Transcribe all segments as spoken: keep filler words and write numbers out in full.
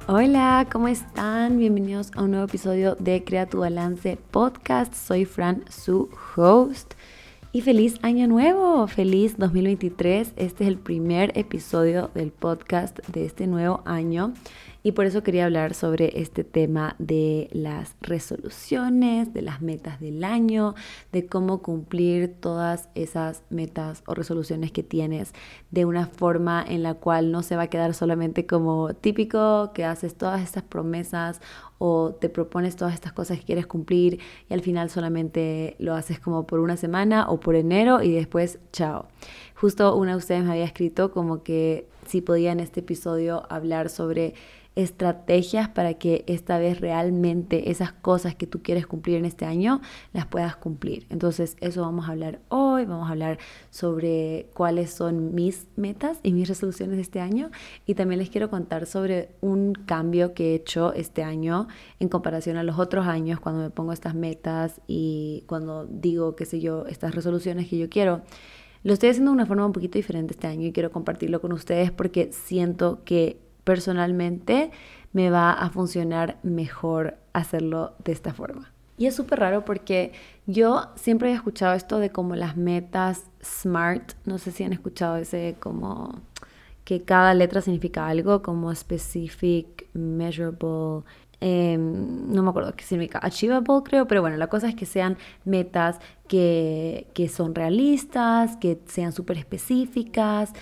Hola, ¿cómo están? Bienvenidos a un nuevo episodio de Crea tu Balance Podcast. Soy Fran, su host. Y feliz año nuevo, feliz dos mil veintitrés. Este es el primer episodio del podcast de este nuevo año. Y por eso quería hablar sobre este tema de las resoluciones, de las metas del año, de cómo cumplir todas esas metas o resoluciones que tienes de una forma en la cual no se va a quedar solamente como típico que haces todas estas promesas o te propones todas estas cosas que quieres cumplir y al final solamente lo haces como por una semana o por enero y después chao. Justo una de ustedes me había escrito como que si podía en este episodio hablar sobre estrategias para que esta vez realmente esas cosas que tú quieres cumplir en este año las puedas cumplir. Entonces eso vamos a hablar hoy, vamos a hablar sobre cuáles son mis metas y mis resoluciones de este año y también les quiero contar sobre un cambio que he hecho este año en comparación a los otros años cuando me pongo estas metas y cuando digo, qué sé yo, estas resoluciones que yo quiero. Lo estoy haciendo de una forma un poquito diferente este año y quiero compartirlo con ustedes porque siento que personalmente me va a funcionar mejor hacerlo de esta forma. Y es súper raro porque yo siempre he escuchado esto de como las metas SMART. No sé si han escuchado ese como que cada letra significa algo, como specific, measurable, eh, no me acuerdo qué significa, achievable creo, pero bueno, la cosa es que sean metas que, que son realistas, que sean súper específicas,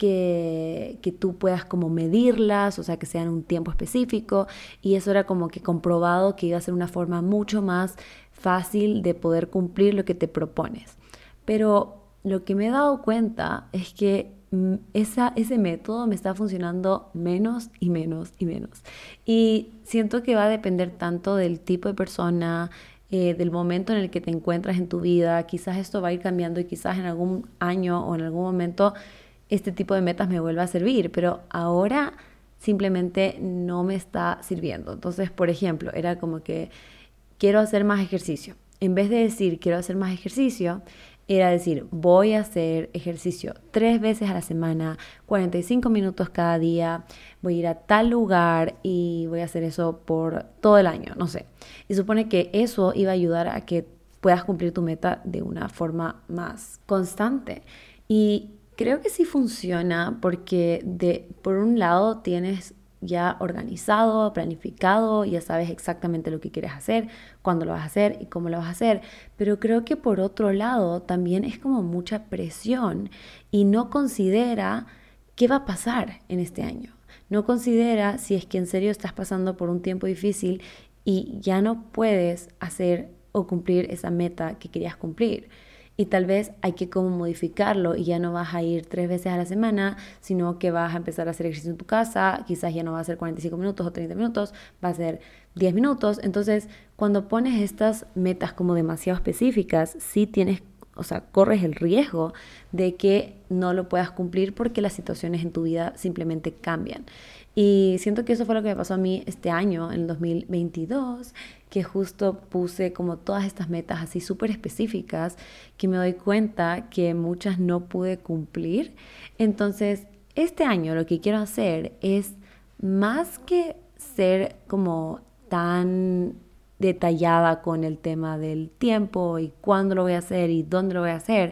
que, que tú puedas como medirlas, o sea, que sean un tiempo específico, y eso era como que comprobado que iba a ser una forma mucho más fácil de poder cumplir lo que te propones. Pero lo que me he dado cuenta es que esa, ese método me está funcionando menos y menos y menos. Y siento que va a depender tanto del tipo de persona, eh, del momento en el que te encuentras en tu vida. Quizás esto va a ir cambiando y quizás en algún año o en algún momento este tipo de metas me vuelva a servir, pero ahora simplemente no me está sirviendo. Entonces, por ejemplo, era como que quiero hacer más ejercicio. En vez de decir quiero hacer más ejercicio, era decir voy a hacer ejercicio tres veces a la semana, cuarenta y cinco minutos cada día, voy a ir a tal lugar y voy a hacer eso por todo el año, no sé. Y supone que eso iba a ayudar a que puedas cumplir tu meta de una forma más constante. Y creo que sí funciona porque de, por un lado tienes ya organizado, planificado, ya sabes exactamente lo que quieres hacer, cuándo lo vas a hacer y cómo lo vas a hacer, pero creo que por otro lado también es como mucha presión y no considera qué va a pasar en este año. No considera si es que en serio estás pasando por un tiempo difícil y ya no puedes hacer o cumplir esa meta que querías cumplir. Y tal vez hay que como modificarlo y ya no vas a ir tres veces a la semana, sino que vas a empezar a hacer ejercicio en tu casa, quizás ya no va a ser cuarenta y cinco minutos o treinta minutos, va a ser diez minutos. Entonces, cuando pones estas metas como demasiado específicas, sí tienes, o sea, corres el riesgo de que no lo puedas cumplir porque las situaciones en tu vida simplemente cambian. Y siento que eso fue lo que me pasó a mí este año, en el dos mil veintidós, que justo puse como todas estas metas así súper específicas que me doy cuenta que muchas no pude cumplir. Entonces, este año lo que quiero hacer es más que ser como tan detallada con el tema del tiempo y cuándo lo voy a hacer y dónde lo voy a hacer,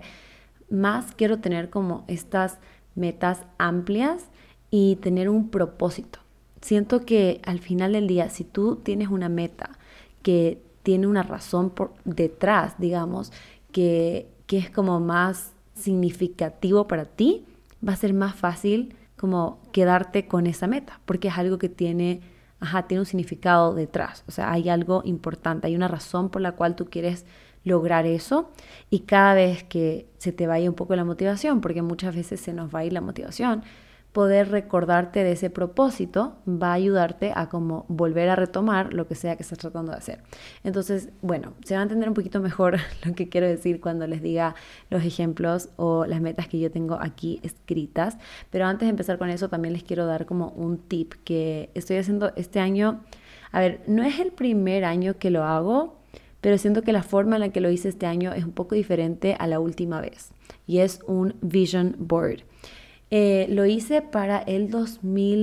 más quiero tener como estas metas amplias y tener un propósito. Siento que al final del día, si tú tienes una meta que tiene una razón por detrás, digamos, que, que es como más significativo para ti, va a ser más fácil como quedarte con esa meta, porque es algo que tiene, ajá, tiene un significado detrás. O sea, hay algo importante, hay una razón por la cual tú quieres lograr eso y cada vez que se te vaya un poco la motivación, porque muchas veces se nos va a ir la motivación, poder recordarte de ese propósito va a ayudarte a como volver a retomar lo que sea que estás tratando de hacer. Entonces, bueno, se va a entender un poquito mejor lo que quiero decir cuando les diga los ejemplos o las metas que yo tengo aquí escritas. Pero antes de empezar con eso, también les quiero dar como un tip que estoy haciendo este año. A ver, no es el primer año que lo hago, pero siento que la forma en la que lo hice este año es un poco diferente a la última vez. Y es un vision board. Eh, lo hice para el dos mil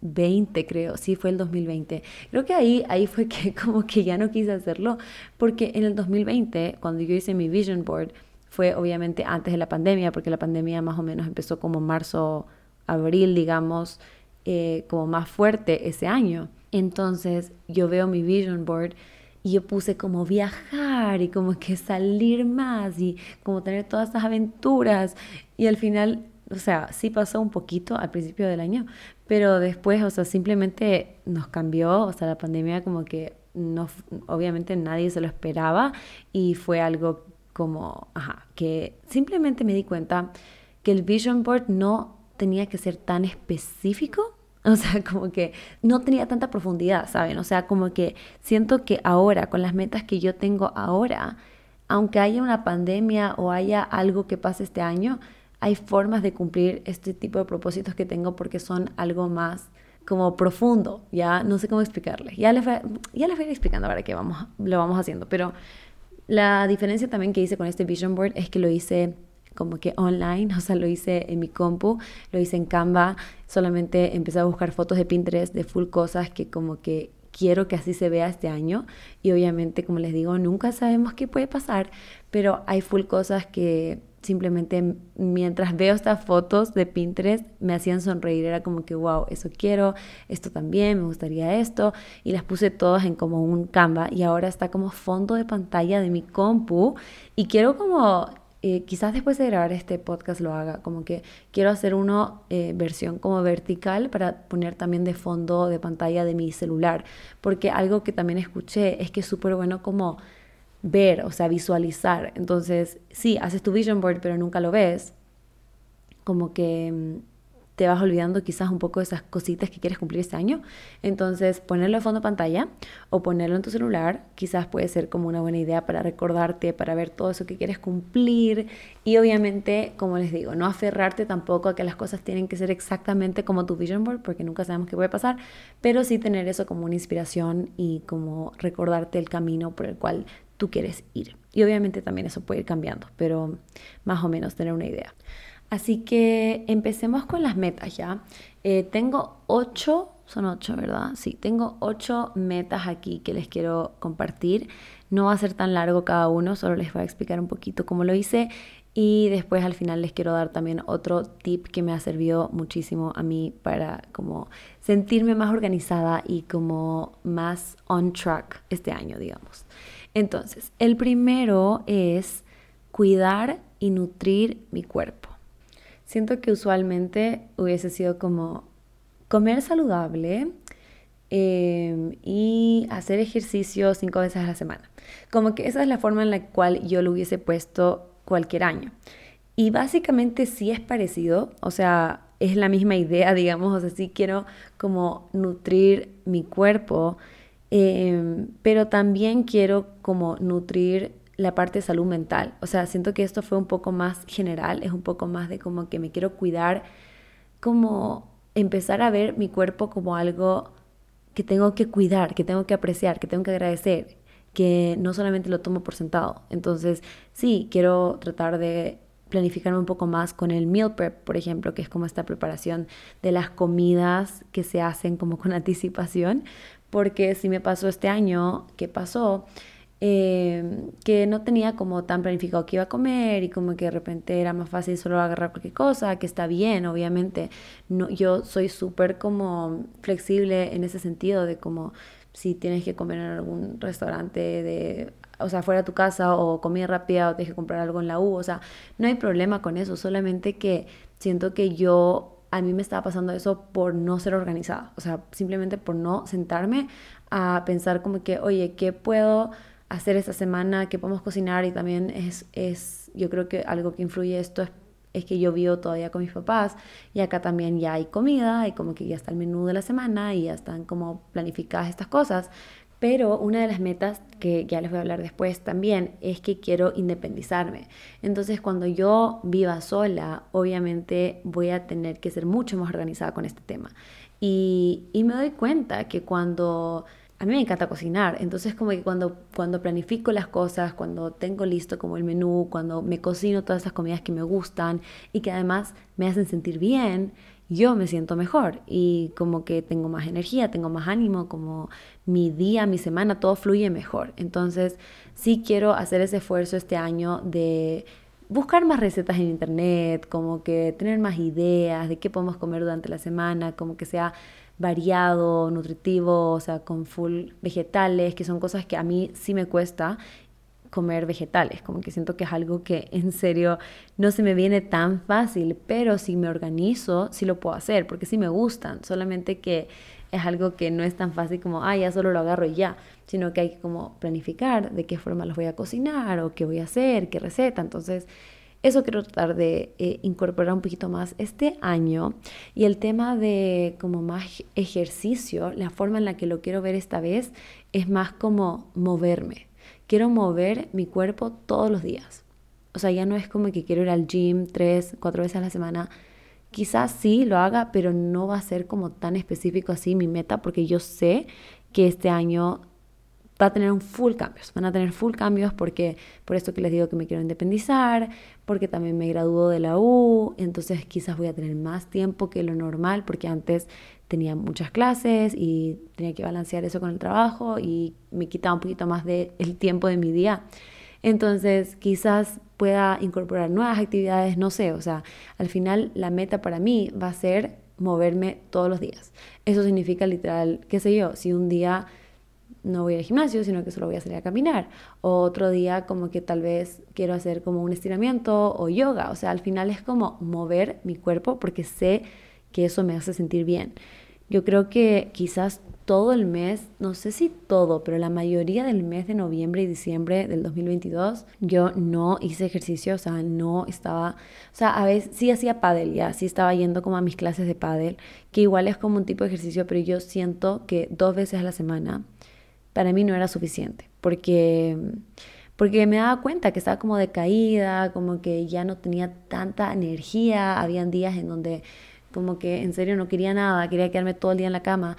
veinte, creo, sí fue el dos mil veinte. Creo que ahí, ahí fue que como que ya no quise hacerlo, porque en el dos mil veinte, cuando yo hice mi vision board, fue obviamente antes de la pandemia, porque la pandemia más o menos empezó como marzo, abril, digamos, eh, como más fuerte ese año. Entonces yo veo mi vision board y yo puse como viajar y como que salir más y como tener todas estas aventuras. Y al final, o sea, sí pasó un poquito al principio del año, pero después, o sea, simplemente nos cambió. O sea, la pandemia como que no, obviamente nadie se lo esperaba y fue algo como, ajá, que simplemente me di cuenta que el vision board no tenía que ser tan específico. O sea, como que no tenía tanta profundidad, ¿saben? O sea, como que siento que ahora, con las metas que yo tengo ahora, aunque haya una pandemia o haya algo que pase este año, hay formas de cumplir este tipo de propósitos que tengo porque son algo más como profundo, ya no sé cómo explicarles. Ya les voy, ya les voy a ir explicando ahora que vamos, lo vamos haciendo, pero la diferencia también que hice con este vision board es que lo hice como que online, o sea, lo hice en mi compu, lo hice en Canva, solamente empecé a buscar fotos de Pinterest de full cosas que como que quiero que así se vea este año y obviamente, como les digo, nunca sabemos qué puede pasar, pero hay full cosas que simplemente mientras veo estas fotos de Pinterest me hacían sonreír, era como que wow, eso quiero, esto también, me gustaría esto, y las puse todas en como un Canva y ahora está como fondo de pantalla de mi compu y quiero como eh, quizás después de grabar este podcast lo haga, como que quiero hacer uno eh, versión como vertical para poner también de fondo de pantalla de mi celular, porque algo que también escuché es que es súper bueno como ver, o sea, visualizar. Entonces, sí, haces tu vision board pero nunca lo ves, como que mm, te vas olvidando quizás un poco de esas cositas que quieres cumplir este año. Entonces, ponerlo de fondo de pantalla o ponerlo en tu celular quizás puede ser como una buena idea para recordarte, para ver todo eso que quieres cumplir y obviamente, como les digo, no aferrarte tampoco a que las cosas tienen que ser exactamente como tu vision board porque nunca sabemos qué puede pasar, pero sí tener eso como una inspiración y como recordarte el camino por el cual tú quieres ir. Y obviamente también eso puede ir cambiando, pero más o menos tener una idea. Así que empecemos con las metas ya. Eh, tengo ocho, son ocho, ¿verdad? Sí, tengo ocho metas aquí que les quiero compartir. No va a ser tan largo cada uno, solo les voy a explicar un poquito cómo lo hice y después al final les quiero dar también otro tip que me ha servido muchísimo a mí para como sentirme más organizada y como más on track este año, digamos. Entonces, el primero es cuidar y nutrir mi cuerpo. Siento que usualmente hubiese sido como comer saludable eh, y hacer ejercicio cinco veces a la semana. Como que esa es la forma en la cual yo lo hubiese puesto cualquier año. Y básicamente sí es parecido, o sea, es la misma idea, digamos, o sea, sí quiero como nutrir mi cuerpo, eh, pero también quiero como nutrir la parte de salud mental. O sea, siento que esto fue un poco más general, es un poco más de como que me quiero cuidar, como empezar a ver mi cuerpo como algo que tengo que cuidar, que tengo que apreciar, que tengo que agradecer, que no solamente lo tomo por sentado. Entonces, sí, quiero tratar de planificarme un poco más con el meal prep, por ejemplo, que es como esta preparación de las comidas que se hacen como con anticipación, porque si me pasó este año, ¿qué pasó? Eh, que no tenía como tan planificado qué iba a comer y como que de repente era más fácil solo agarrar cualquier cosa, que está bien, obviamente. No, yo soy súper como flexible en ese sentido de como si tienes que comer en algún restaurante de, o sea, fuera de tu casa o comida rápida o tienes que comprar algo en la U, o sea, no hay problema con eso, solamente que siento que yo, a mí me estaba pasando eso por no ser organizada, o sea, simplemente por no sentarme a pensar como que, oye, ¿qué puedo hacer esta semana? ¿Qué podemos cocinar? Y también es, es yo creo que algo que influye esto es, es que yo vivo todavía con mis papás y acá también ya hay comida y como que ya está el menú de la semana y ya están como planificadas estas cosas. Pero una de las metas que ya les voy a hablar después también es que quiero independizarme. Entonces, cuando yo viva sola, obviamente voy a tener que ser mucho más organizada con este tema. Y, y me doy cuenta que cuando a mí me encanta cocinar, entonces como que cuando, cuando planifico las cosas, cuando tengo listo como el menú, cuando me cocino todas esas comidas que me gustan y que además me hacen sentir bien, yo me siento mejor y como que tengo más energía, tengo más ánimo, como mi día, mi semana, todo fluye mejor. Entonces sí quiero hacer ese esfuerzo este año de buscar más recetas en internet, como que tener más ideas de qué podemos comer durante la semana, como que sea variado, nutritivo, o sea, con full vegetales, que son cosas que a mí sí me cuesta comer vegetales, como que siento que es algo que en serio no se me viene tan fácil, pero si me organizo, sí lo puedo hacer, porque sí me gustan, solamente que es algo que no es tan fácil como, ah, ya solo lo agarro y ya, sino que hay que como planificar de qué forma los voy a cocinar o qué voy a hacer, qué receta, entonces eso quiero tratar de eh, incorporar un poquito más este año. Y el tema de como más ejercicio, la forma en la que lo quiero ver esta vez es más como moverme. Quiero mover mi cuerpo todos los días. O sea, ya no es como que quiero ir al gym tres, cuatro veces a la semana. Quizás sí lo haga, pero no va a ser como tan específico así mi meta, porque yo sé que este año va a tener un full cambios, van a tener full cambios porque por esto que les digo que me quiero independizar, porque también me graduó de la U, entonces quizás voy a tener más tiempo que lo normal porque antes tenía muchas clases y tenía que balancear eso con el trabajo y me quitaba un poquito más del tiempo de mi día. Entonces quizás pueda incorporar nuevas actividades, no sé, o sea, al final la meta para mí va a ser moverme todos los días. Eso significa literal, qué sé yo, si un día no voy al gimnasio, sino que solo voy a salir a caminar. O otro día como que tal vez quiero hacer como un estiramiento o yoga. O sea, al final es como mover mi cuerpo porque sé que eso me hace sentir bien. Yo creo que quizás todo el mes, no sé si todo, pero la mayoría del mes de noviembre y diciembre del dos mil veintidós, yo no hice ejercicio, o sea, no estaba, o sea, a veces sí hacía pádel ya, sí estaba yendo como a mis clases de pádel, que igual es como un tipo de ejercicio, pero yo siento que dos veces a la semana para mí no era suficiente, porque, porque me daba cuenta que estaba como decaída, como que ya no tenía tanta energía, habían días en donde como que en serio no quería nada, quería quedarme todo el día en la cama.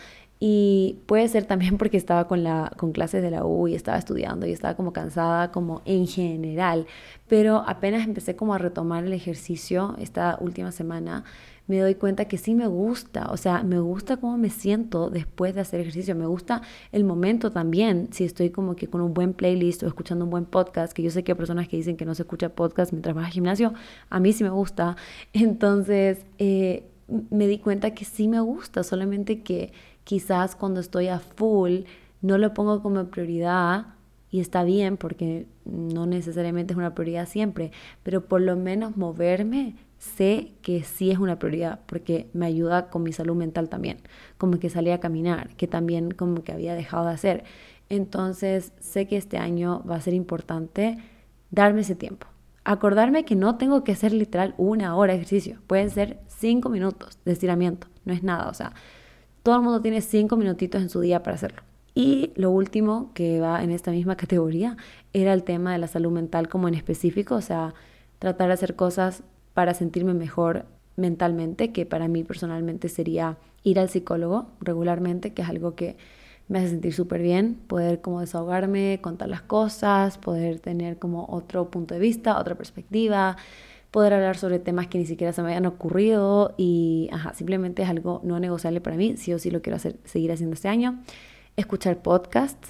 Y puede ser también porque estaba con, la, con clases de la U y estaba estudiando y estaba como cansada como en general, pero apenas empecé como a retomar el ejercicio esta última semana, me doy cuenta que sí me gusta, o sea, me gusta cómo me siento después de hacer ejercicio, me gusta el momento también, si estoy como que con un buen playlist o escuchando un buen podcast, que yo sé que hay personas que dicen que no se escucha podcast mientras vas al gimnasio, a mí sí me gusta, entonces eh, me di cuenta que sí me gusta, solamente que quizás cuando estoy a full no lo pongo como prioridad y está bien porque no necesariamente es una prioridad siempre, pero por lo menos moverme sé que sí es una prioridad porque me ayuda con mi salud mental también, como que salí a caminar, que también como que había dejado de hacer. Entonces sé que este año va a ser importante darme ese tiempo. Acordarme que no tengo que hacer literal una hora de ejercicio, pueden ser cinco minutos de estiramiento, no es nada, o sea, todo el mundo tiene cinco minutitos en su día para hacerlo. Y lo último que va en esta misma categoría era el tema de la salud mental como en específico, o sea, tratar de hacer cosas para sentirme mejor mentalmente, que para mí personalmente sería ir al psicólogo regularmente, que es algo que me hace sentir súper bien, poder como desahogarme, contar las cosas, poder tener como otro punto de vista, otra perspectiva, poder hablar sobre temas que ni siquiera se me habían ocurrido y ajá, simplemente es algo no negociable para mí, sí o sí lo quiero hacer, seguir haciendo este año. Escuchar podcasts,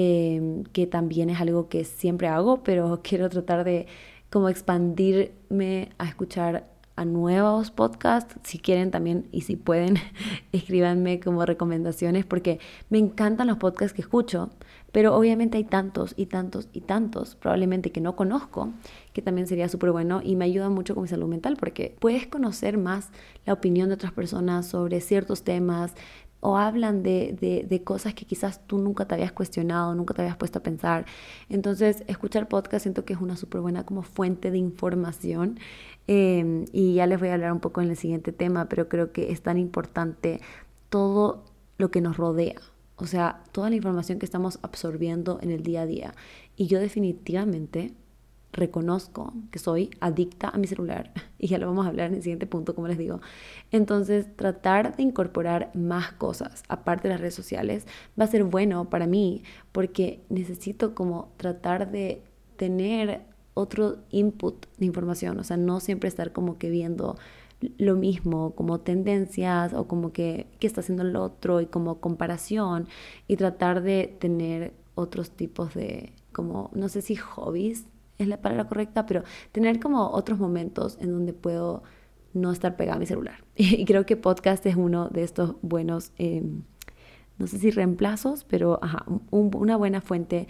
eh, que también es algo que siempre hago, pero quiero tratar de como expandirme a escuchar a nuevos podcasts, si quieren también y si pueden, escríbanme como recomendaciones porque me encantan los podcasts que escucho, pero obviamente hay tantos y tantos y tantos, probablemente que no conozco, que también sería súper bueno y me ayuda mucho con mi salud mental porque puedes conocer más la opinión de otras personas sobre ciertos temas, o hablan de, de, de cosas que quizás tú nunca te habías cuestionado, nunca te habías puesto a pensar. Entonces, escuchar podcast siento que es una súper buena como fuente de información. Eh, y ya les voy a hablar un poco en el siguiente tema, pero creo que es tan importante todo lo que nos rodea. O sea, toda la información que estamos absorbiendo en el día a día. Y yo definitivamente reconozco que soy adicta a mi celular y ya lo vamos a hablar en el siguiente punto, como les digo. Entonces, tratar de incorporar más cosas aparte de las redes sociales va a ser bueno para mí porque necesito como tratar de tener otro input de información, o sea, no siempre estar como que viendo lo mismo, como tendencias o como que qué está haciendo el otro y como comparación, y tratar de tener otros tipos de, como, no sé si hobbies es la palabra correcta, pero tener como otros momentos en donde puedo no estar pegada a mi celular. Y creo que podcast es uno de estos buenos, eh, no sé si reemplazos, pero ajá, un, una buena fuente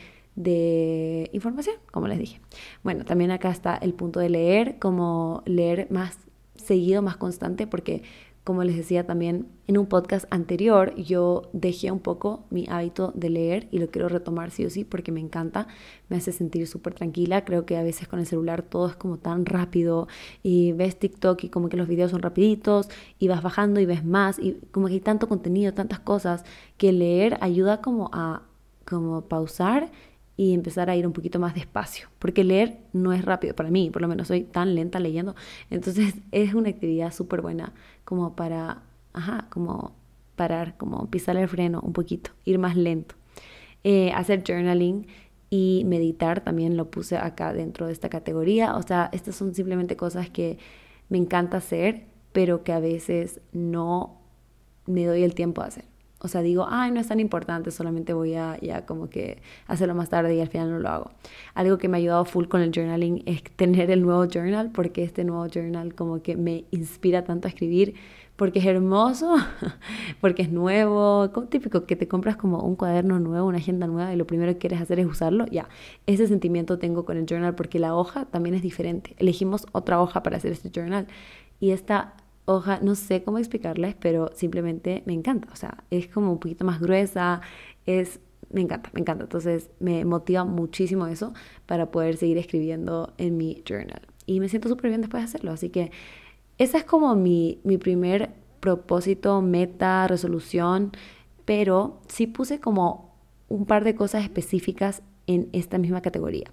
de información, como les dije. Bueno, también acá está el punto de leer, como leer más seguido, más constante, porque como les decía también en un podcast anterior, yo dejé un poco mi hábito de leer y lo quiero retomar sí o sí porque me encanta, me hace sentir súper tranquila. Creo que a veces con el celular todo es como tan rápido y ves TikTok y como que los videos son rapiditos y vas bajando y ves más y como que hay tanto contenido, tantas cosas, que leer ayuda como a como pausar y empezar a ir un poquito más despacio, porque leer no es rápido para mí, por lo menos soy tan lenta leyendo, entonces es una actividad súper buena como para, ajá, como parar, como pisar el freno un poquito, ir más lento. Eh, hacer journaling y meditar también lo puse acá dentro de esta categoría, o sea, estas son simplemente cosas que me encanta hacer, pero que a veces no me doy el tiempo de hacer. O sea, digo, ay, no es tan importante, solamente voy a ya como que hacerlo más tarde y al final no lo hago. Algo que me ha ayudado full con el journaling es tener el nuevo journal, porque este nuevo journal como que me inspira tanto a escribir, porque es hermoso, porque es nuevo, como típico que te compras como un cuaderno nuevo, una agenda nueva y lo primero que quieres hacer es usarlo. Ya, ese sentimiento tengo con el journal porque la hoja también es diferente. Elegimos otra hoja para hacer este journal y esta hoja, no sé cómo explicarles, pero simplemente me encanta. O sea, es como un poquito más gruesa, es, me encanta, me encanta. Entonces me motiva muchísimo eso para poder seguir escribiendo en mi journal. Y me siento súper bien después de hacerlo. Así que esa es como mi, mi primer propósito, meta, resolución. Pero sí puse como un par de cosas específicas en esta misma categoría.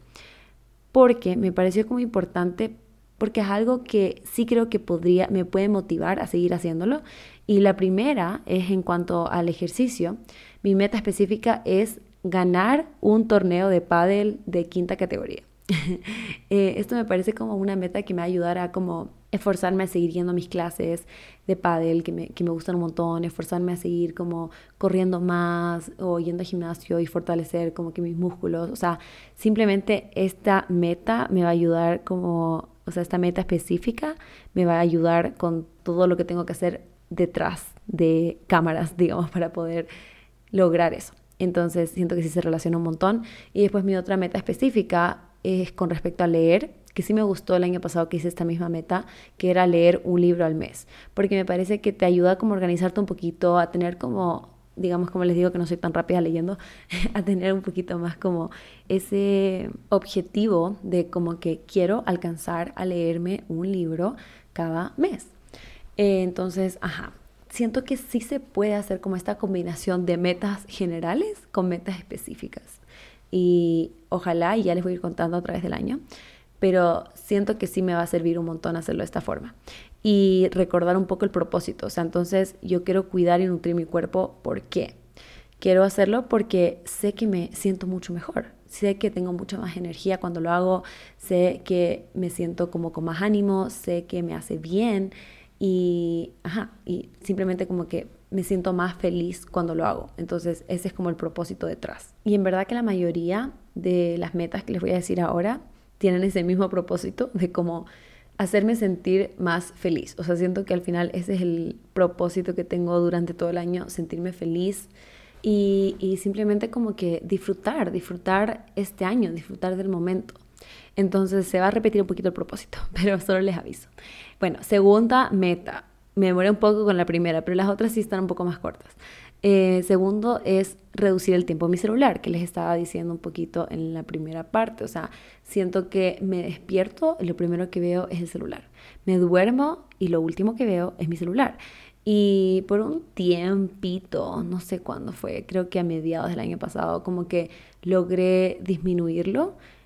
Porque me pareció como importante, porque es algo que sí creo que podría, me puede motivar a seguir haciéndolo. Y la primera es en cuanto al ejercicio. Mi meta específica es ganar un torneo de pádel de quinta categoría. eh, esto me parece como una meta que me va a ayudar a como esforzarme a seguir yendo a mis clases de pádel que me, que me gustan un montón, esforzarme a seguir como corriendo más o yendo al gimnasio y fortalecer como que mis músculos. O sea, simplemente esta meta me va a ayudar como, o sea, esta meta específica me va a ayudar con todo lo que tengo que hacer detrás de cámaras, digamos, para poder lograr eso. Entonces siento que sí se relaciona un montón. Y después mi otra meta específica es con respecto a leer, que sí me gustó el año pasado que hice esta misma meta, que era leer un libro al mes, porque me parece que te ayuda como a organizarte un poquito, a tener como, digamos, como les digo que no soy tan rápida leyendo, a tener un poquito más como ese objetivo de como que quiero alcanzar a leerme un libro cada mes. Eh, entonces, ajá, siento que sí se puede hacer como esta combinación de metas generales con metas específicas. Y ojalá, y ya les voy a ir contando a través del año, pero siento que sí me va a servir un montón hacerlo de esta forma. Y recordar un poco el propósito. O sea, entonces yo quiero cuidar y nutrir mi cuerpo. ¿Por qué? Quiero hacerlo porque sé que me siento mucho mejor. Sé que tengo mucha más energía cuando lo hago. Sé que me siento como con más ánimo. Sé que me hace bien. Y, ajá, y simplemente como que me siento más feliz cuando lo hago. Entonces ese es como el propósito detrás. Y en verdad que la mayoría de las metas que les voy a decir ahora tienen ese mismo propósito de como hacerme sentir más feliz. O sea, siento que al final ese es el propósito que tengo durante todo el año, sentirme feliz y, y simplemente como que disfrutar, disfrutar este año, disfrutar del momento. Entonces se va a repetir un poquito el propósito, pero solo les aviso. Bueno, segunda meta. Me demoré un poco con la primera, pero las otras sí están un poco más cortas. Eh, segundo es reducir el tiempo en mi celular, que les estaba diciendo un poquito en la primera parte. O sea, siento que me despierto y lo primero que veo es el celular. Me duermo y lo último que veo es mi celular. Y por un tiempito, no sé cuándo fue, creo que a mediados del año pasado, como que logré disminuirlo.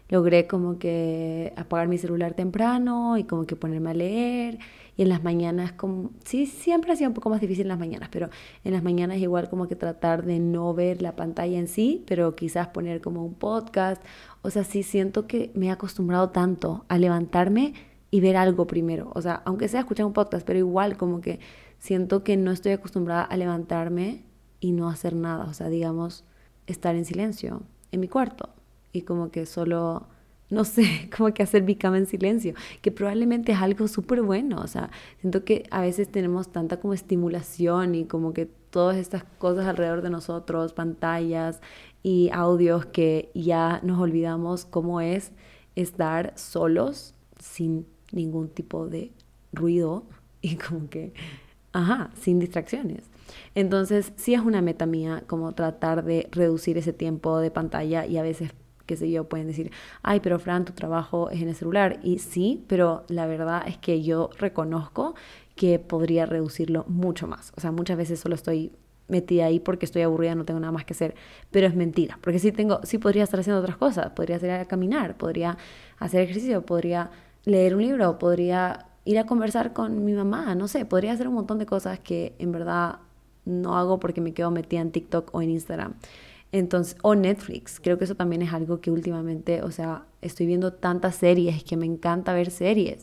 logré como que apagar mi celular temprano y como que ponerme a leer. Y en las mañanas, como, sí, siempre ha sido un poco más difícil en las mañanas, pero en las mañanas igual como que tratar de no ver la pantalla en sí, pero quizás poner como un podcast. O sea, sí siento que me he acostumbrado tanto a levantarme y ver algo primero. O sea, aunque sea escuchar un podcast, pero igual como que siento que no estoy acostumbrada a levantarme y no hacer nada. O sea, digamos, estar en silencio en mi cuarto y como que solo, no sé, como que hacer mi cama en silencio, que probablemente es algo súper bueno. O sea, siento que a veces tenemos tanta como estimulación y como que todas estas cosas alrededor de nosotros, pantallas y audios, que ya nos olvidamos cómo es estar solos sin ningún tipo de ruido y como que, ajá, sin distracciones. Entonces, sí es una meta mía como tratar de reducir ese tiempo de pantalla y a veces, qué sé yo, pueden decir, ay, pero Fran, tu trabajo es en el celular. Y sí, pero la verdad es que yo reconozco que podría reducirlo mucho más. O sea, muchas veces solo estoy metida ahí porque estoy aburrida, no tengo nada más que hacer, pero es mentira, porque sí tengo, sí podría estar haciendo otras cosas, podría salir a caminar, podría hacer ejercicio, podría leer un libro, podría ir a conversar con mi mamá, no sé, podría hacer un montón de cosas que en verdad no hago porque me quedo metida en TikTok o en Instagram. Entonces, o Netflix, creo que eso también es algo que últimamente, o sea, estoy viendo tantas series que me encanta ver series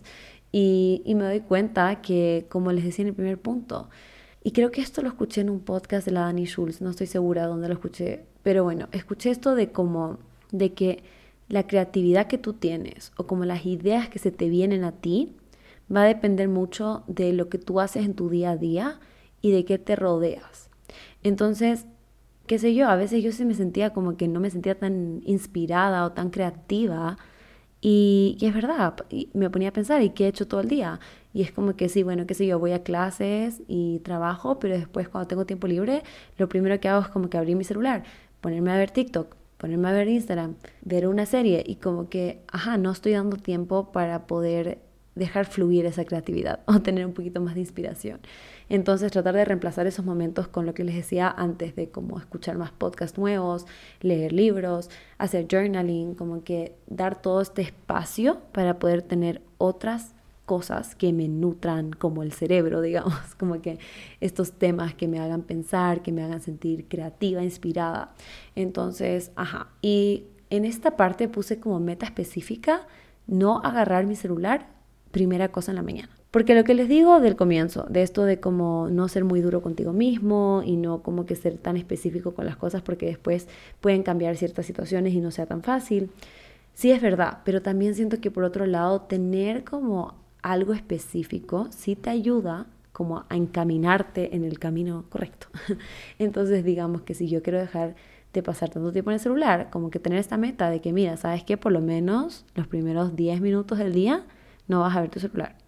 y, y me doy cuenta que, como les decía en el primer punto, y creo que esto lo escuché en un podcast de la Dani Schultz, no estoy segura de dónde lo escuché, pero bueno, escuché esto de como, de que la creatividad que tú tienes o como las ideas que se te vienen a ti va a depender mucho de lo que tú haces en tu día a día y de qué te rodeas. Entonces, qué sé yo, a veces yo sí me sentía como que no me sentía tan inspirada o tan creativa y, y es verdad, y me ponía a pensar, ¿y qué he hecho todo el día? Y es como que sí, bueno, qué sé yo, voy a clases y trabajo, pero después cuando tengo tiempo libre, lo primero que hago es como que abrir mi celular, ponerme a ver TikTok, ponerme a ver Instagram, ver una serie y como que, ajá, no estoy dando tiempo para poder dejar fluir esa creatividad o tener un poquito más de inspiración. Entonces tratar de reemplazar esos momentos con lo que les decía antes, de como escuchar más podcasts nuevos, leer libros, hacer journaling, como que dar todo este espacio para poder tener otras cosas que me nutran como el cerebro, digamos, como que estos temas que me hagan pensar, que me hagan sentir creativa, inspirada. Entonces, ajá, y en esta parte puse como meta específica no agarrar mi celular primera cosa en la mañana. Porque lo que les digo del comienzo, de esto de como no ser muy duro contigo mismo y no como que ser tan específico con las cosas porque después pueden cambiar ciertas situaciones y no sea tan fácil, sí es verdad, pero también siento que por otro lado tener como algo específico sí te ayuda como a encaminarte en el camino correcto. Entonces digamos que si yo quiero dejar de pasar tanto tiempo en el celular, como que tener esta meta de que mira, ¿sabes qué? Por lo menos los primeros diez minutos del día no vas a ver tu celular.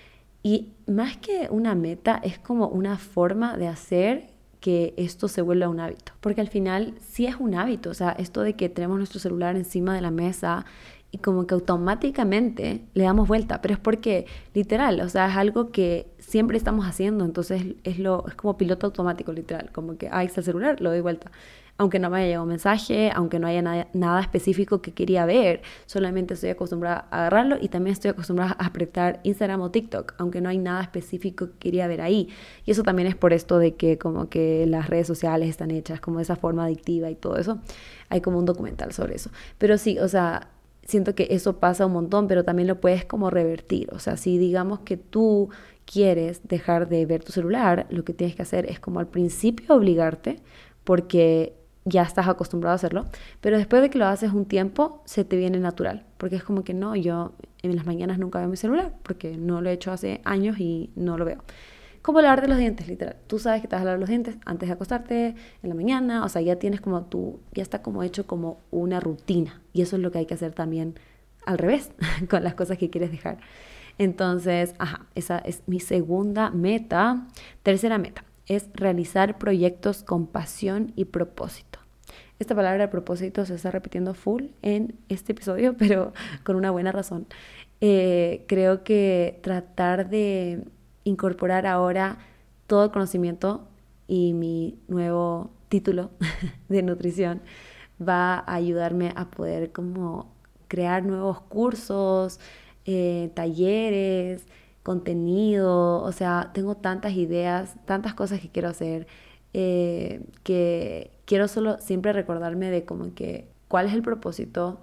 Y más que una meta, es como una forma de hacer que esto se vuelva un hábito. Porque al final sí es un hábito, o sea, esto de que tenemos nuestro celular encima de la mesa y como que automáticamente le damos vuelta, pero es porque literal, o sea, es algo que siempre estamos haciendo, entonces es, lo, es como piloto automático, literal, como que, ah, está el celular, lo doy vuelta. Aunque no me haya llegado un mensaje, aunque no haya nada, nada específico que quería ver, solamente estoy acostumbrada a agarrarlo y también estoy acostumbrada a apretar Instagram o TikTok, aunque no hay nada específico que quería ver ahí. Y eso también es por esto de que como que las redes sociales están hechas como de esa forma adictiva y todo eso. Hay como un documental sobre eso. Pero sí, o sea, siento que eso pasa un montón, pero también lo puedes como revertir. O sea, si digamos que tú quieres dejar de ver tu celular, lo que tienes que hacer es como al principio obligarte, porque ya estás acostumbrado a hacerlo, pero después de que lo haces un tiempo, se te viene natural, porque es como que no, yo en las mañanas nunca veo mi celular, porque no lo he hecho hace años y no lo veo. Como lavarte los dientes, literal. Tú sabes que te vas a lavar los dientes antes de acostarte, en la mañana, o sea, ya tienes como tú, ya está como hecho como una rutina, y eso es lo que hay que hacer también al revés, con las cosas que quieres dejar. Entonces, ajá, esa es mi segunda meta. Tercera meta es realizar proyectos con pasión y propósito. Esta palabra propósito se está repitiendo full en este episodio, pero con una buena razón. Eh, creo que tratar de incorporar ahora todo el conocimiento y mi nuevo título de nutrición va a ayudarme a poder como crear nuevos cursos, eh, talleres, contenido, o sea, tengo tantas ideas, tantas cosas que quiero hacer, eh, que quiero solo siempre recordarme de como que cuál es el propósito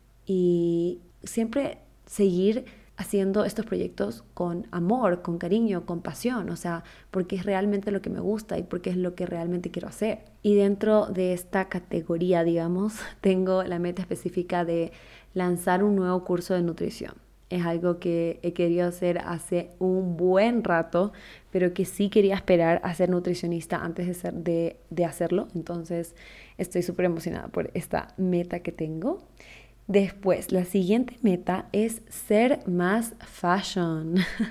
y siempre seguir haciendo estos proyectos con amor, con cariño, con pasión, o sea, porque es realmente lo que me gusta y porque es lo que realmente quiero hacer. Y dentro de esta categoría, digamos, tengo la meta específica de lanzar un nuevo curso de nutrición. Es algo que he querido hacer hace un buen rato, pero que sí quería esperar a ser nutricionista antes de, ser, de, de hacerlo. Entonces estoy súper emocionada por esta meta que tengo. Después, la siguiente meta es ser más fashion.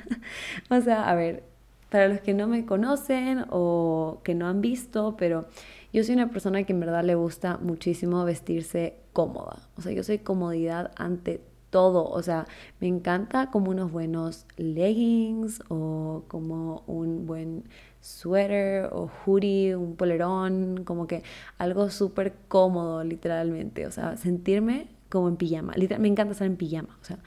O sea, a ver, para los que no me conocen o que no han visto, pero yo soy una persona que en verdad le gusta muchísimo vestirse cómoda. O sea, yo soy comodidad ante todo. O sea, me encanta como unos buenos leggings o como un buen suéter o hoodie, un polerón, como que algo súper cómodo, literalmente. O sea, sentirme como en pijama. Literal, me encanta estar en pijama. O sea,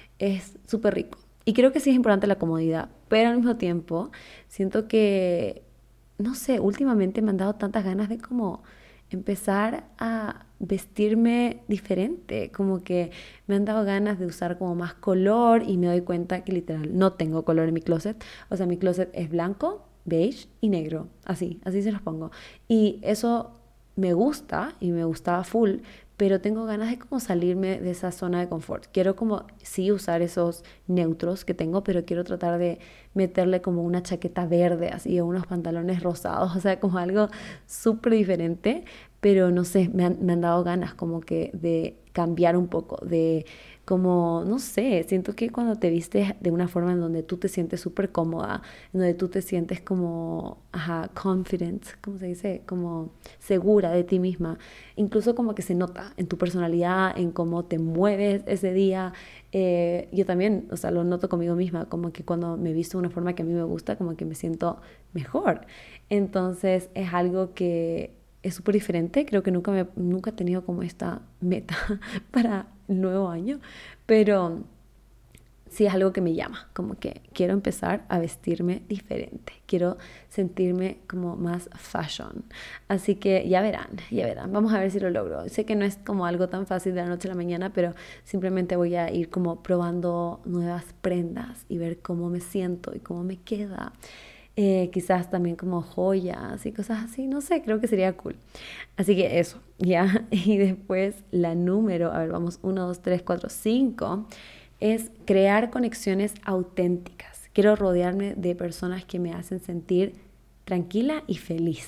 es súper rico. Y creo que sí es importante la comodidad, pero al mismo tiempo siento que, no sé, últimamente me han dado tantas ganas de como empezar a vestirme diferente, como que me han dado ganas de usar como más color y me doy cuenta que literal no tengo color en mi closet. O sea, mi closet es blanco, beige y negro, así, así se los pongo. Y eso me gusta y me gustaba full, pero tengo ganas de como salirme de esa zona de confort. Quiero como sí usar esos neutros que tengo, pero quiero tratar de meterle como una chaqueta verde así o unos pantalones rosados, o sea, como algo súper diferente, pero no sé, me han, me han dado ganas como que de cambiar un poco, de como, no sé, siento que cuando te vistes de una forma en donde tú te sientes súper cómoda, en donde tú te sientes como, ajá, confident, ¿cómo se dice? Como segura de ti misma, incluso como que se nota en tu personalidad, en cómo te mueves ese día. Eh, yo también, o sea, lo noto conmigo misma, como que cuando me visto de una forma que a mí me gusta, como que me siento mejor. Entonces es algo que es súper diferente. Creo que nunca, me, nunca he tenido como esta meta para el nuevo año, pero sí es algo que me llama, como que quiero empezar a vestirme diferente, quiero sentirme como más fashion. Así que ya verán, ya verán, vamos a ver si lo logro. Sé que no es como algo tan fácil de la noche a la mañana, pero simplemente voy a ir como probando nuevas prendas y ver cómo me siento y cómo me queda. Eh, quizás también como joyas y cosas así, no sé, creo que sería cool. Así que eso, ya. Y después la número, a ver, vamos, uno, dos, tres, cuatro, cinco, es crear conexiones auténticas. Quiero rodearme de personas que me hacen sentir tranquila y feliz.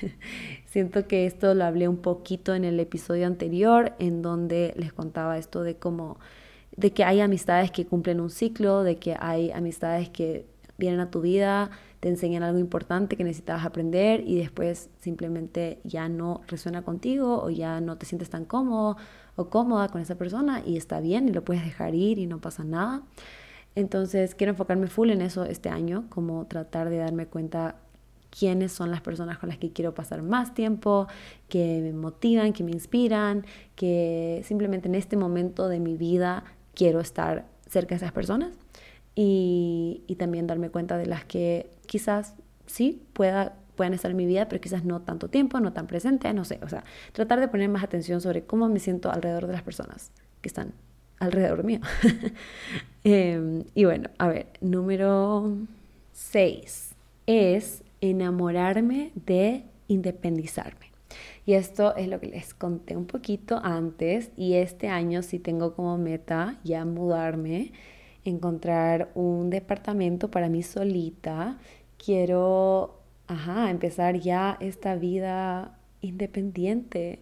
Siento que esto lo hablé un poquito en el episodio anterior, en donde les contaba esto de cómo, de que hay amistades que cumplen un ciclo, de que hay amistades que vienen a tu vida, te enseñan algo importante que necesitabas aprender y después simplemente ya no resuena contigo o ya no te sientes tan cómodo o cómoda con esa persona y está bien y lo puedes dejar ir y no pasa nada. Entonces quiero enfocarme full en eso este año, como tratar de darme cuenta quiénes son las personas con las que quiero pasar más tiempo, que me motivan, que me inspiran, que simplemente en este momento de mi vida quiero estar cerca de esas personas. Y, y también darme cuenta de las que quizás sí pueda, puedan estar en mi vida, pero quizás no tanto tiempo, no tan presente, no sé. O sea, tratar de poner más atención sobre cómo me siento alrededor de las personas que están alrededor mío. eh, y bueno, a ver, número seis es enamorarme de independizarme. Y esto es lo que les conté un poquito antes. Y este año sí tengo como meta ya mudarme, encontrar un departamento para mí solita. Quiero, ajá, empezar ya esta vida independiente.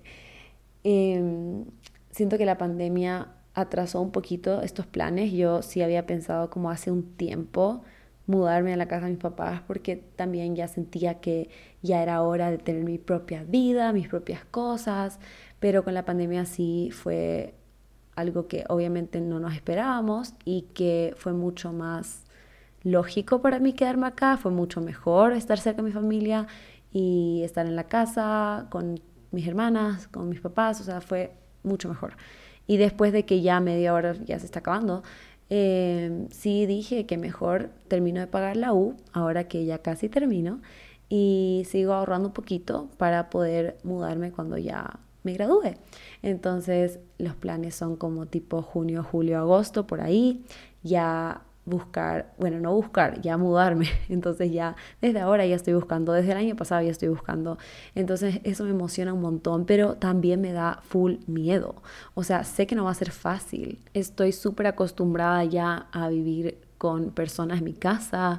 Eh, Siento que la pandemia atrasó un poquito estos planes. Yo sí había pensado como hace un tiempo mudarme a la casa de mis papás porque también ya sentía que ya era hora de tener mi propia vida, mis propias cosas, pero con la pandemia sí fue algo que obviamente no nos esperábamos y que fue mucho más lógico para mí quedarme acá, fue mucho mejor estar cerca de mi familia y estar en la casa con mis hermanas, con mis papás, o sea, fue mucho mejor. Y después de que ya media hora ya se está acabando, eh, sí dije que mejor termino de pagar la U, ahora que ya casi termino, y sigo ahorrando un poquito para poder mudarme cuando ya me gradúe. Entonces los planes son como tipo junio, julio, agosto, por ahí, ya buscar, bueno, no buscar, ya mudarme. Entonces ya desde ahora ya estoy buscando, desde el año pasado ya estoy buscando. Entonces eso me emociona un montón, pero también me da full miedo. O sea, sé que no va a ser fácil. Estoy súper acostumbrada ya a vivir con personas en mi casa,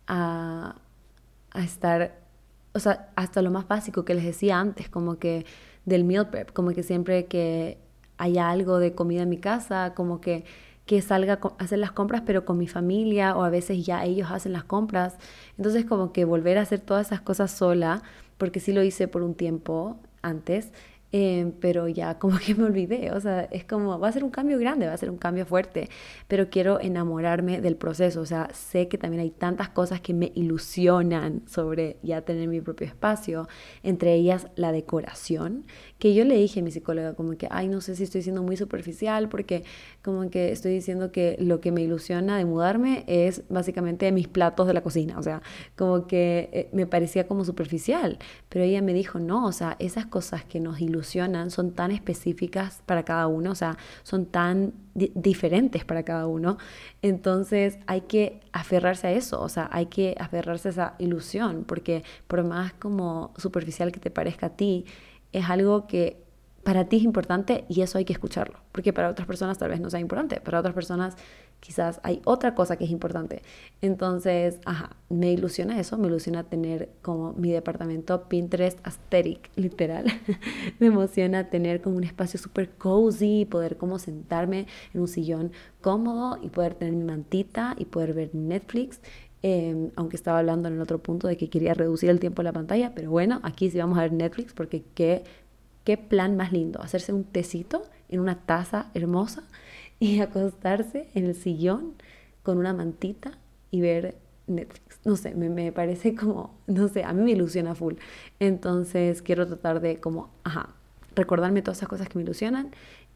a, a estar, o sea, hasta lo más básico que les decía antes, como que del meal prep, como que siempre que haya algo de comida en mi casa, como que que salga a hacer las compras, pero con mi familia, o a veces ya ellos hacen las compras. Entonces como que volver a hacer todas esas cosas sola, porque sí lo hice por un tiempo antes, eh, pero ya como que me olvidé. O sea, es como, va a ser un cambio grande, va a ser un cambio fuerte, pero quiero enamorarme del proceso. O sea, sé que también hay tantas cosas que me ilusionan sobre ya tener mi propio espacio, entre ellas la decoración, que yo le dije a mi psicóloga como que, ay, no sé si estoy siendo muy superficial, porque como que estoy diciendo que lo que me ilusiona de mudarme es básicamente mis platos de la cocina. O sea, como que eh, me parecía como superficial, pero ella me dijo, no, o sea, esas cosas que nos ilusionan son tan específicas para cada uno, o sea, son tan di- diferentes para cada uno. Entonces hay que aferrarse a eso, o sea, hay que aferrarse a esa ilusión, porque por más como superficial que te parezca a ti, es algo que para ti es importante y eso hay que escucharlo, porque para otras personas tal vez no sea importante, para otras personas quizás hay otra cosa que es importante. Entonces, ajá, me ilusiona eso, me ilusiona tener como mi departamento Pinterest aesthetic, literal. Me emociona tener como un espacio súper cozy, poder como sentarme en un sillón cómodo y poder tener mi mantita y poder ver Netflix. Eh, aunque estaba hablando en el otro punto de que quería reducir el tiempo de la pantalla, pero bueno, aquí sí vamos a ver Netflix porque qué, qué plan más lindo, hacerse un tecito en una taza hermosa y acostarse en el sillón con una mantita y ver Netflix. No sé, me, me parece como, no sé, a mí me ilusiona full. Entonces quiero tratar de como, ajá, recordarme todas esas cosas que me ilusionan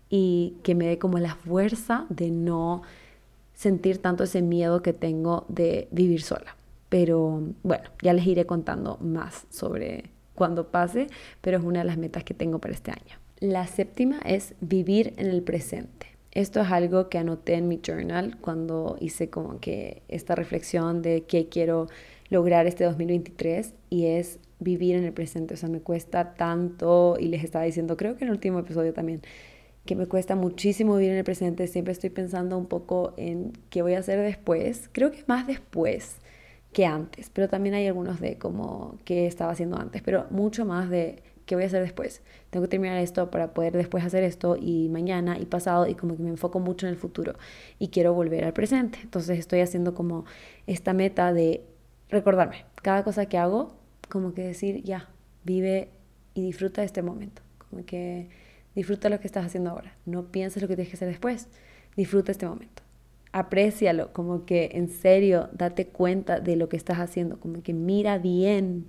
y que me dé como la fuerza de no sentir tanto ese miedo que tengo de vivir sola. Pero bueno, ya les iré contando más sobre cuando pase, pero es una de las metas que tengo para este año. La séptima es vivir en el presente. Esto es algo que anoté en mi journal cuando hice como que esta reflexión de qué quiero lograr este dos mil veintitrés y es vivir en el presente. O sea, me cuesta tanto y les estaba diciendo, creo que en el último episodio también, que me cuesta muchísimo vivir en el presente. Siempre estoy pensando un poco en qué voy a hacer después. Creo que más después que antes, pero también hay algunos de como qué estaba haciendo antes, pero mucho más de qué voy a hacer después. Tengo que terminar esto para poder después hacer esto y mañana y pasado y como que me enfoco mucho en el futuro y quiero volver al presente. Entonces estoy haciendo como esta meta de recordarme cada cosa que hago, como que decir ya, vive y disfruta de este momento. Como que disfruta lo que estás haciendo ahora. No pienses lo que tienes que hacer después. Disfruta este momento. Aprécialo, como que en serio, date cuenta de lo que estás haciendo, como que mira bien,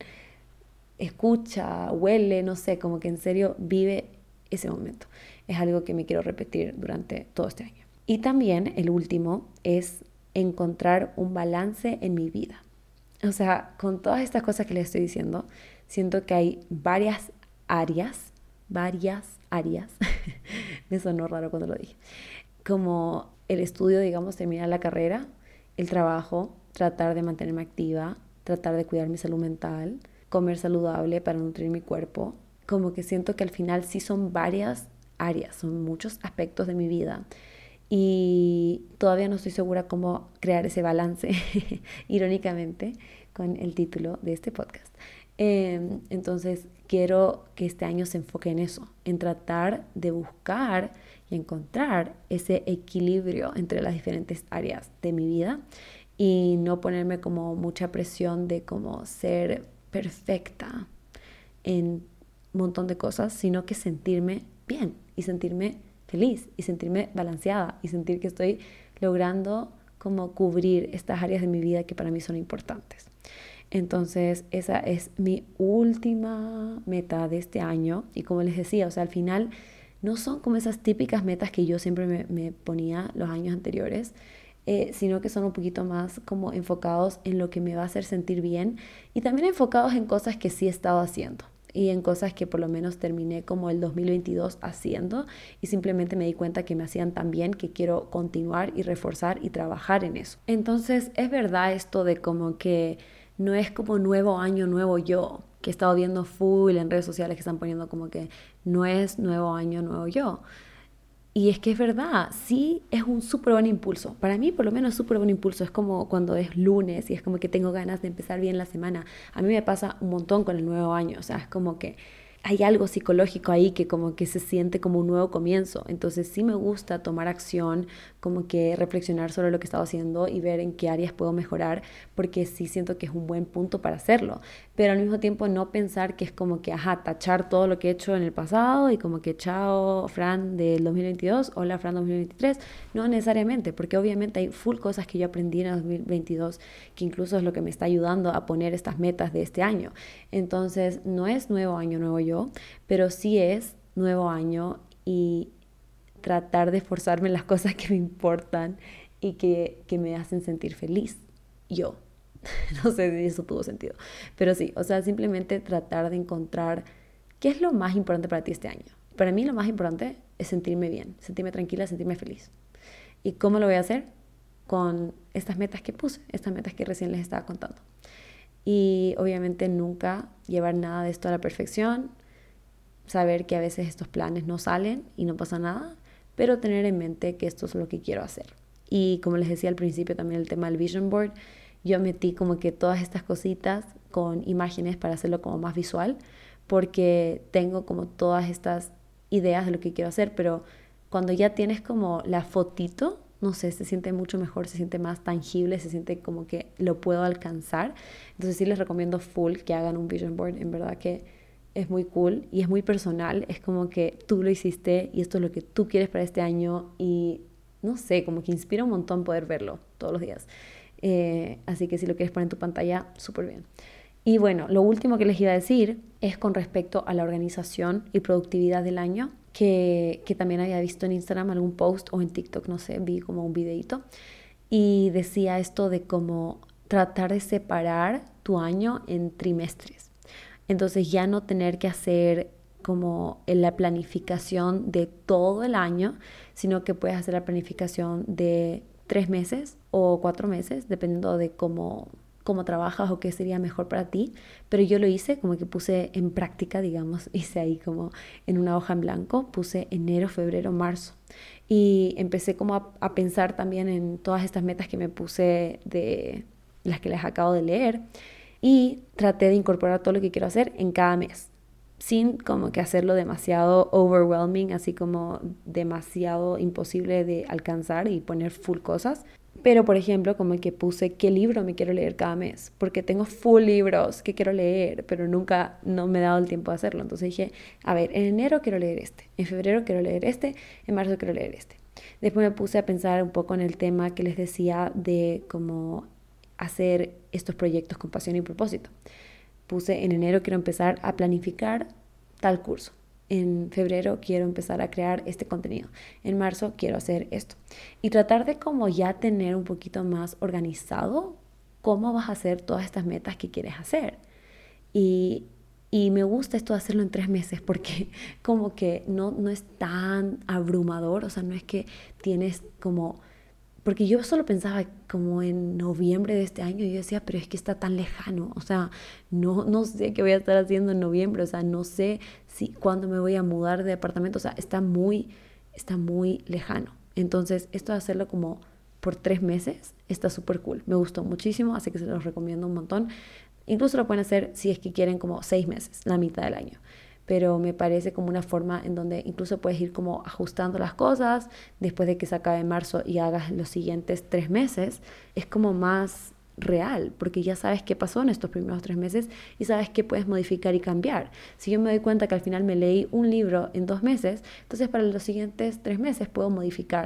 escucha, huele, no sé, como que en serio vive ese momento. Es algo que me quiero repetir durante todo este año. Y también el último es encontrar un balance en mi vida. O sea, con todas estas cosas que les estoy diciendo, siento que hay varias áreas, varias áreas, me sonó raro cuando lo dije, como el estudio, digamos, terminar la carrera, el trabajo, tratar de mantenerme activa, tratar de cuidar mi salud mental, comer saludable para nutrir mi cuerpo. Como que siento que al final sí son varias áreas, son muchos aspectos de mi vida y todavía no estoy segura cómo crear ese balance, irónicamente, con el título de este podcast. Eh, entonces quiero que este año se enfoque en eso, en tratar de buscar y encontrar ese equilibrio entre las diferentes áreas de mi vida y no ponerme como mucha presión de como ser perfecta en un montón de cosas, sino que sentirme bien y sentirme feliz y sentirme balanceada y sentir que estoy logrando como cubrir estas áreas de mi vida que para mí son importantes. Entonces esa es mi última meta de este año y como les decía, o sea, al final no son como esas típicas metas que yo siempre me, me ponía los años anteriores, eh, sino que son un poquito más como enfocados en lo que me va a hacer sentir bien y también enfocados en cosas que sí he estado haciendo y en cosas que por lo menos terminé como el dos mil veintidós haciendo y simplemente me di cuenta que me hacían tan bien que quiero continuar y reforzar y trabajar en eso. Entonces es verdad esto de como que no es como nuevo año, nuevo yo, que he estado viendo full en redes sociales que están poniendo como que no es nuevo año, nuevo yo. Y es que es verdad, sí es un súper buen impulso. Para mí, por lo menos, súper buen impulso. Es como cuando es lunes y es como que tengo ganas de empezar bien la semana. A mí me pasa un montón con el nuevo año. O sea, es como que hay algo psicológico ahí que como que se siente como un nuevo comienzo. Entonces sí me gusta tomar acción, como que reflexionar sobre lo que he estado haciendo y ver en qué áreas puedo mejorar, porque sí siento que es un buen punto para hacerlo. Pero al mismo tiempo no pensar que es como que, ajá, tachar todo lo que he hecho en el pasado y como que chao Fran del dos mil veintidós, hola Fran dos mil veintitrés. No necesariamente, porque obviamente hay full cosas que yo aprendí en el dos mil veintidós que incluso es lo que me está ayudando a poner estas metas de este año. Entonces no es nuevo año, nuevo yo, pero sí es nuevo año y tratar de esforzarme en las cosas que me importan y que, que me hacen sentir feliz. Yo. No sé si eso tuvo sentido. Pero sí, o sea, simplemente tratar de encontrar qué es lo más importante para ti este año. Para mí lo más importante es sentirme bien, sentirme tranquila, sentirme feliz. ¿Y cómo lo voy a hacer? Con estas metas que puse, estas metas que recién les estaba contando. Y obviamente nunca llevar nada de esto a la perfección, saber que a veces estos planes no salen y no pasa nada, pero tener en mente que esto es lo que quiero hacer. Y como les decía al principio también el tema del vision board, yo metí como que todas estas cositas con imágenes para hacerlo como más visual, porque tengo como todas estas ideas de lo que quiero hacer, pero cuando ya tienes como la fotito, no sé, se siente mucho mejor, se siente más tangible, se siente como que lo puedo alcanzar. Entonces sí les recomiendo full que hagan un vision board, en verdad que es muy cool y es muy personal, es como que tú lo hiciste y esto es lo que tú quieres para este año y no sé, como que inspira un montón poder verlo todos los días. Eh, así que si lo quieres poner en tu pantalla, súper bien. Y bueno, lo último que les iba a decir es con respecto a la organización y productividad del año, que, que también había visto en Instagram algún post o en TikTok, no sé, vi como un videito y decía esto de cómo tratar de separar tu año en trimestres. Entonces ya no tener que hacer como la planificación de todo el año, sino que puedes hacer la planificación de tres meses o cuatro meses, dependiendo de cómo, cómo trabajas o qué sería mejor para ti. Pero yo lo hice como que puse en práctica, digamos, hice ahí como en una hoja en blanco, puse enero, febrero, marzo. Y empecé como a, a pensar también en todas estas metas que me puse de las que les acabo de leer. Y traté de incorporar todo lo que quiero hacer en cada mes, sin como que hacerlo demasiado overwhelming, así como demasiado imposible de alcanzar y poner full cosas. Pero, por ejemplo, como que puse qué libro me quiero leer cada mes, porque tengo full libros que quiero leer, pero nunca no me he dado el tiempo de hacerlo. Entonces dije, a ver, en enero quiero leer este, en febrero quiero leer este, en marzo quiero leer este. Después me puse a pensar un poco en el tema que les decía de cómo hacer estos proyectos con pasión y propósito. Puse en enero quiero empezar a planificar tal curso. En febrero quiero empezar a crear este contenido. En marzo quiero hacer esto. Y tratar de como ya tener un poquito más organizado cómo vas a hacer todas estas metas que quieres hacer. Y, y me gusta esto de hacerlo en tres meses porque como que no, no es tan abrumador. O sea, no es que tienes como... Porque yo solo pensaba como en noviembre de este año y yo decía, pero es que está tan lejano, o sea, no, no sé qué voy a estar haciendo en noviembre, o sea, no sé si cuándo me voy a mudar de departamento, o sea, está muy, está muy lejano. Entonces, esto de hacerlo como por tres meses está súper cool, me gustó muchísimo, así que se los recomiendo un montón. Incluso lo pueden hacer si es que quieren como seis meses, la mitad del año. Pero me parece como una forma en donde incluso puedes ir como ajustando las cosas después de que se acabe marzo y hagas los siguientes tres meses. Es como más real, porque ya sabes qué pasó en estos primeros tres meses y sabes qué puedes modificar y cambiar. Si yo me doy cuenta que al final me leí un libro en dos meses, entonces para los siguientes tres meses puedo modificar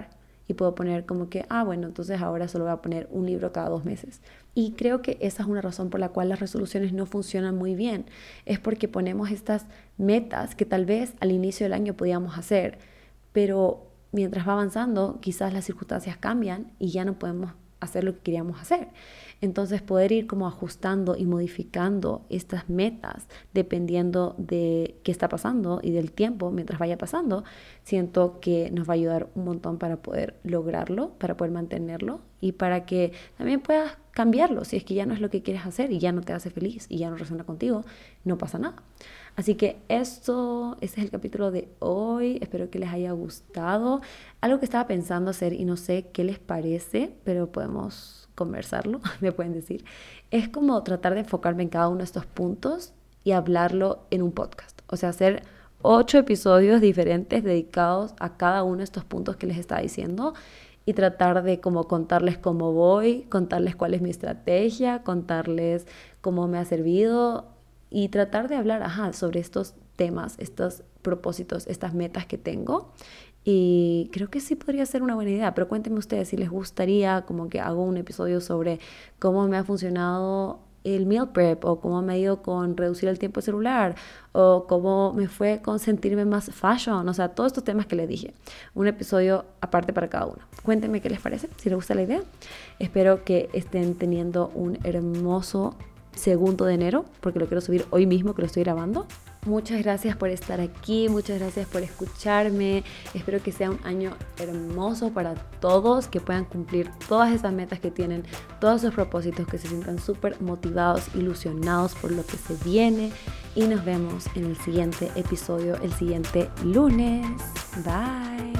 y puedo poner como que, ah, bueno, entonces ahora solo voy a poner un libro cada dos meses. Y creo que esa es una razón por la cual las resoluciones no funcionan muy bien. Es porque ponemos estas metas que tal vez al inicio del año podíamos hacer, pero mientras va avanzando, quizás las circunstancias cambian y ya no podemos hacer lo que queríamos hacer. Entonces poder ir como ajustando y modificando estas metas dependiendo de qué está pasando y del tiempo mientras vaya pasando, siento que nos va a ayudar un montón para poder lograrlo, para poder mantenerlo y para que también puedas cambiarlo. Si es que ya no es lo que quieres hacer y ya no te hace feliz y ya no resuena contigo, no pasa nada. Así que esto, este es el capítulo de hoy. Espero que les haya gustado. Algo que estaba pensando hacer y no sé qué les parece, pero podemos conversarlo, me pueden decir, es como tratar de enfocarme en cada uno de estos puntos y hablarlo en un podcast. O sea, hacer ocho episodios diferentes dedicados a cada uno de estos puntos que les estaba diciendo y tratar de como contarles cómo voy, contarles cuál es mi estrategia, contarles cómo me ha servido y tratar de hablar ajá, sobre estos temas, estos propósitos, estas metas que tengo. Y creo que sí podría ser una buena idea, pero cuéntenme ustedes si les gustaría como que hago un episodio sobre cómo me ha funcionado el meal prep o cómo me ha ido con reducir el tiempo celular o cómo me fue con sentirme más fashion, o sea, todos estos temas que les dije. Un episodio aparte para cada uno. Cuéntenme qué les parece, si les gusta la idea. Espero que estén teniendo un hermoso segundo de enero, porque lo quiero subir hoy mismo que lo estoy grabando. Muchas gracias por estar aquí, muchas gracias por escucharme. Espero que sea un año hermoso para todos, que puedan cumplir todas esas metas que tienen, todos esos propósitos, que se sientan súper motivados, ilusionados por lo que se viene. Y nos vemos en el siguiente episodio, el siguiente lunes. Bye.